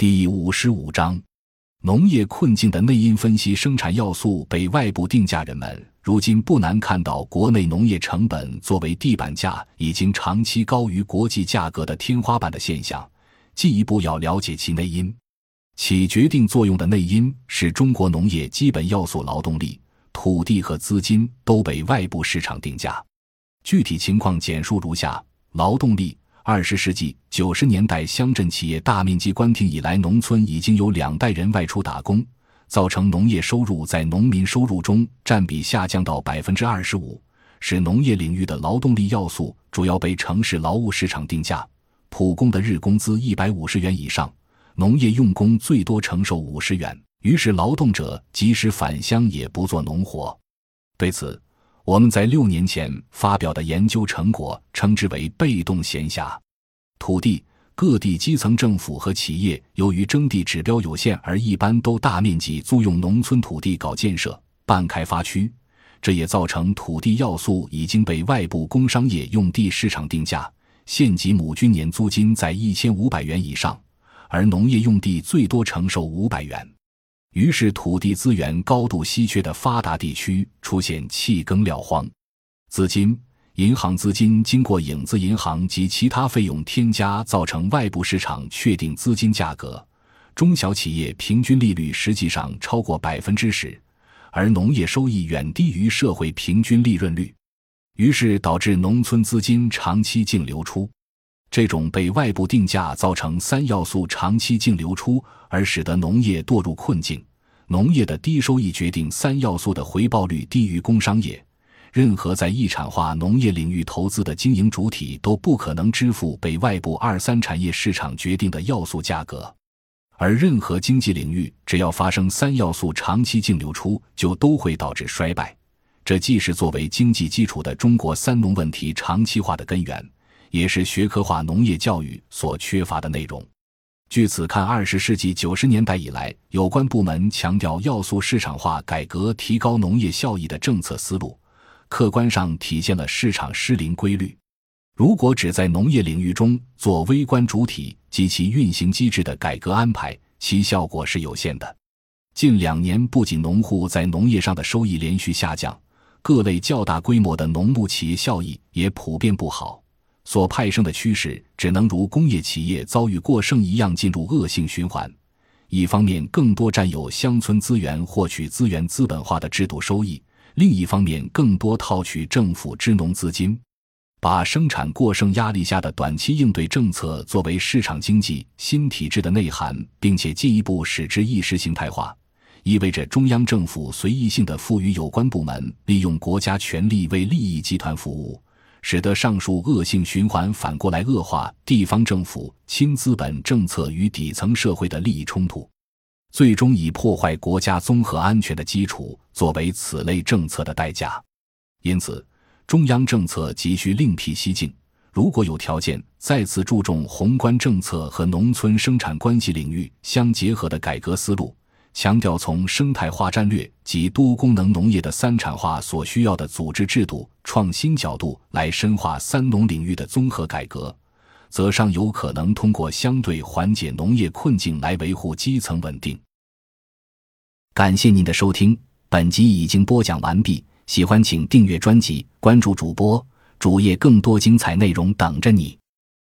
第55章，农业困境的内因分析。生产要素被外部定价，人们如今不难看到国内农业成本作为地板价已经长期高于国际价格的天花板的现象。进一步要了解其内因，起决定作用的内因是中国农业基本要素劳动力、土地和资金都被外部市场定价。具体情况简述如下：劳动力，20世纪90年代乡镇企业大面积关停以来，农村已经有2代人外出打工，造成农业收入在农民收入中占比下降到 25%， 使农业领域的劳动力要素主要被城市劳务市场定价。普工的日工资150元以上，农业用工最多承受50元，于是劳动者即使返乡也不做农活。对此，我们在6年前发表的研究成果称之为被动闲暇。土地，各地基层政府和企业由于征地指标有限，而一般都大面积租用农村土地搞建设、办开发区，这也造成土地要素已经被外部工商业用地市场定价，县级亩均年租金在1500元以上，而农业用地最多承受500元。于是土地资源高度稀缺的发达地区出现弃耕撂荒。资金，银行资金经过影子银行及其他费用添加，造成外部市场确定资金价格，中小企业平均利率实际上超过 10%， 而农业收益远低于社会平均利润率，于是导致农村资金长期净流出。这种被外部定价造成3要素长期净流出，而使得农业堕入困境。农业的低收益决定3要素的回报率低于工商业，任何在一产化农业领域投资的经营主体都不可能支付被外部2、3产业市场决定的要素价格。而任何经济领域只要发生3要素长期净流出，就都会导致衰败。这既是作为经济基础的中国3农问题长期化的根源，也是学科化农业教育所缺乏的内容。据此看，20世纪90年代以来，有关部门强调要素市场化改革提高农业效益的政策思路，客观上体现了市场失灵规律。如果只在农业领域中做微观主体及其运行机制的改革安排，其效果是有限的。近2年，不仅农户在农业上的收益连续下降，各类较大规模的农牧企业效益也普遍不好，所派生的趋势只能如工业企业遭遇过剩一样进入恶性循环。一方面更多占有乡村资源获取资源资本化的制度收益，另一方面更多套取政府支农资金，把生产过剩压力下的短期应对政策作为市场经济新体制的内涵，并且进一步使之意识形态化，意味着中央政府随意性地赋予有关部门利用国家权力为利益集团服务，使得上述恶性循环反过来恶化地方政府亲资本政策与底层社会的利益冲突，最终以破坏国家综合安全的基础作为此类政策的代价。因此，中央政策急需另辟蹊径，如果有条件，再次注重宏观政策和农村生产关系领域相结合的改革思路，强调从生态化战略及多功能农业的3产化所需要的组织制度创新角度来深化3农领域的综合改革，则尚有可能通过相对缓解农业困境来维护基层稳定。感谢您的收听，本集已经播讲完毕，喜欢请订阅专辑，关注主播，主页更多精彩内容等着你。